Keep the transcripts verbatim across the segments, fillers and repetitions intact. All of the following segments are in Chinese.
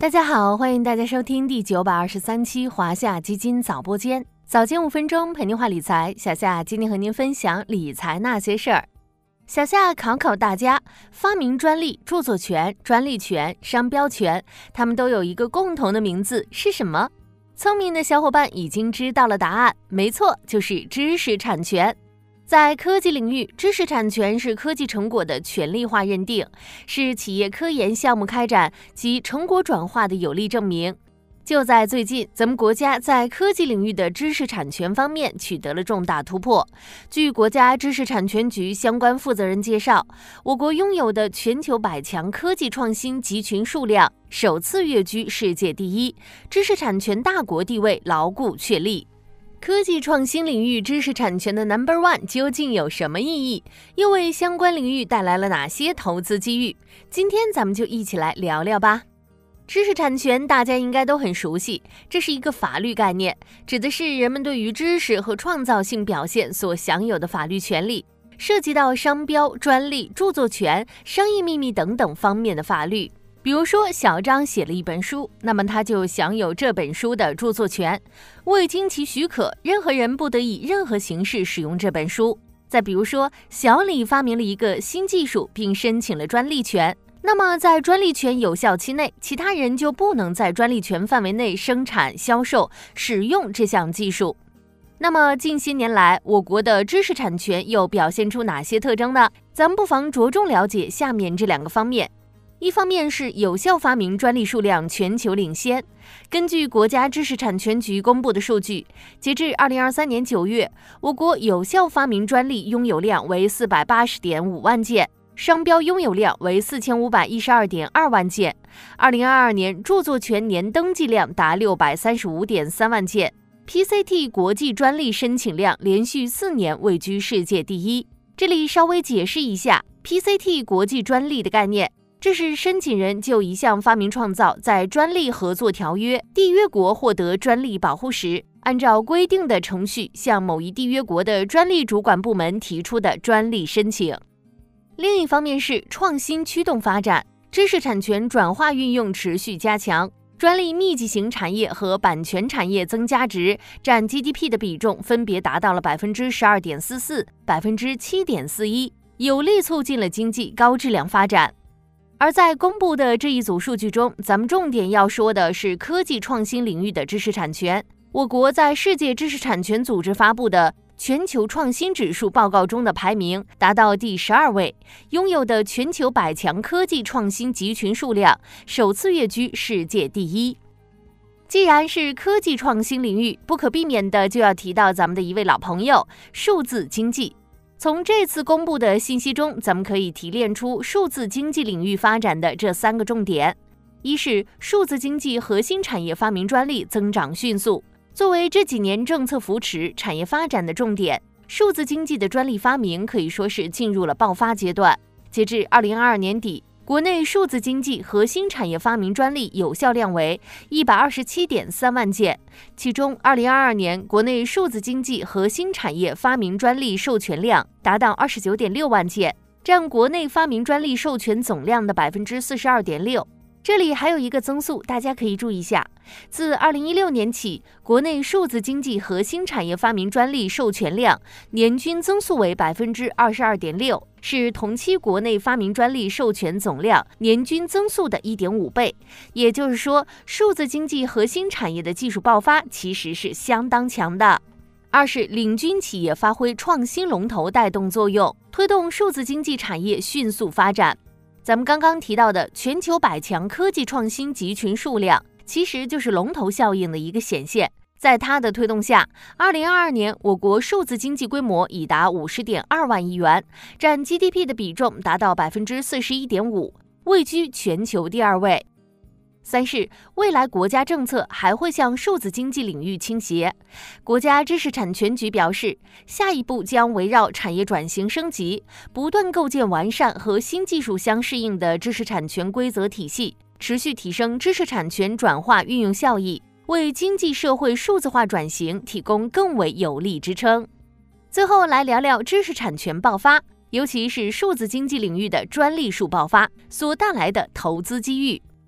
大家好，欢迎大家收听第九百二十三期华夏基金早播间，早间五分钟陪您话理财。小夏今天和您分享理财那些事儿。小夏考考大家，发明专利、著作权、专利权、商标权，它们都有一个共同的名字，是什么？聪明的小伙伴已经知道了答案，没错，就是知识产权。在科技领域，知识产权是科技成果的权利化认定，是企业科研项目开展及成果转化的有力证明。就在最近，咱们国家在科技领域的知识产权方面取得了重大突破。据国家知识产权局相关负责人介绍，我国拥有的全球百强科技创新集群数量首次跃居世界第一，知识产权大国地位牢固确立。科技创新领域知识产权的 number one 究竟有什么意义？又为相关领域带来了哪些投资机遇？今天咱们就一起来聊聊吧。知识产权大家应该都很熟悉，这是一个法律概念，指的是人们对于知识和创造性表现所享有的法律权利，涉及到商标、专利、著作权、商业秘密等等方面的法律。比如说小张写了一本书，那么他就享有这本书的著作权，未经其许可，任何人不得以任何形式使用这本书。再比如说小李发明了一个新技术并申请了专利权，那么在专利权有效期内，其他人就不能在专利权范围内生产、销售、使用这项技术。那么近些年来，我国的知识产权又表现出哪些特征呢？咱们不妨着重了解下面这两个方面。一方面是有效发明专利数量全球领先。根据国家知识产权局公布的数据，截至二零二三年九月，我国有效发明专利拥有量为四百八十点五万件，商标拥有量为四千五百一十二点二万件。二零二二年著作权年登记量达六百三十五点三万件。P C T 国际专利申请量连续四年位居世界第一。这里稍微解释一下 P C T 国际专利的概念。这是申请人就一项发明创造在专利合作条约缔约国获得专利保护时，按照规定的程序向某一缔约国的专利主管部门提出的专利申请。另一方面是创新驱动发展，知识产权转化运用持续加强，专利密集型产业和版权产业增加值占 G D P 的比重分别达到了 百分之十二点四四、百分之七点四一， 有力促进了经济高质量发展。而在公布的这一组数据中，咱们重点要说的是科技创新领域的知识产权。我国在世界知识产权组织发布的全球创新指数报告中的排名达到第十二位，拥有的全球百强科技创新集群数量首次跃居世界第一。既然是科技创新领域，不可避免的就要提到咱们的一位老朋友——数字经济。从这次公布的信息中，咱们可以提炼出数字经济领域发展的这三个重点。一是数字经济核心产业发明专利增长迅速，作为这几年政策扶持产业发展的重点，数字经济的专利发明可以说是进入了爆发阶段。截至二零二二年底，国内数字经济核心产业发明专利有效量为 一百二十七点三万件，其中二零二二年国内数字经济核心产业发明专利授权量达到二十九点六万件，占国内发明专利授权总量的 百分之四十二点六。这里还有一个增速，大家可以注意一下。自二零一六年起，国内数字经济核心产业发明专利授权量年均增速为 百分之二十二点六， 是同期国内发明专利授权总量年均增速的 一点五倍。也就是说，数字经济核心产业的技术爆发其实是相当强的。二是领军企业发挥创新龙头带动作用，推动数字经济产业迅速发展。咱们刚刚提到的全球百强科技创新集群数量，其实就是龙头效应的一个显现。在它的推动下，二零二二年我国数字经济规模已达 五十点二万亿元，占 G D P 的比重达到 百分之四十一点五， 位居全球第二位。三是未来国家政策还会向数字经济领域倾斜。国家知识产权局表示，下一步将围绕产业转型升级，不断构建完善和新技术相适应的知识产权规则体系，持续提升知识产权转化运用效益，为经济社会数字化转型提供更为有力支撑。最后来聊聊知识产权爆发，尤其是数字经济领域的专利数爆发所带来的投资机遇。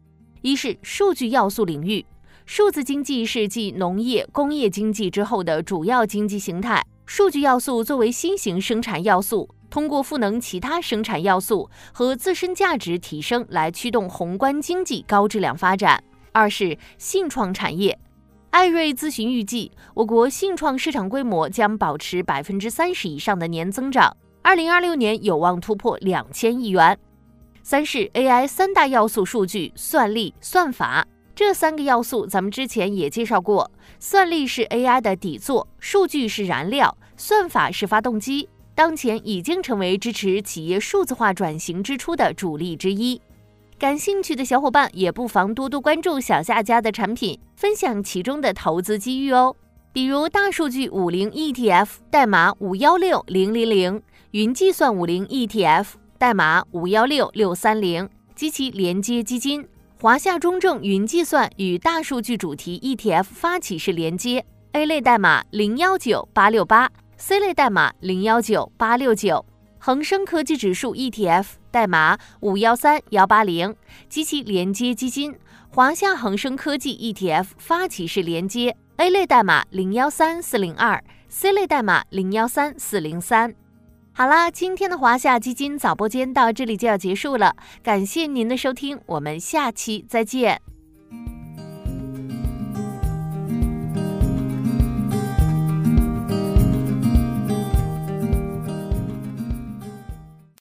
一是数据要素领域，数字经济是继农业、工业经济之后的主要经济形态。数据要素作为新型生产要素，通过赋能其他生产要素和自身价值提升来驱动宏观经济高质量发展。二是信创产业，艾瑞咨询预计，我国信创市场规模将保持百分之三十以上的年增长，二零二六年有望突破两千亿元。三是 A I 三大要素：数据、算力、算法。这三个要素咱们之前也介绍过，算力是 A I 的底座，数据是燃料，算法是发动机，当前已经成为支持企业数字化转型之初的主力之一。感兴趣的小伙伴也不妨多多关注小夏家的产品，分享其中的投资机遇哦。比如大数据五零 E T F 代码五一六零零零，云计算五零 E T F 代码五一六六三零及其连接基金。华夏中证云计算与大数据主题 E T F 发起式连接 ，A 类代码零一九八六八 ，C 类代码零一九八六九。恒生科技指数 E T F 代码五一三一八零及其连接基金，华夏恒生科技 E T F 发起式连接 A 类代码零一三四零二 ，C 类代码零一三四零三。好啦，今天的华夏基金早播间到这里就要结束了，感谢您的收听，我们下期再见。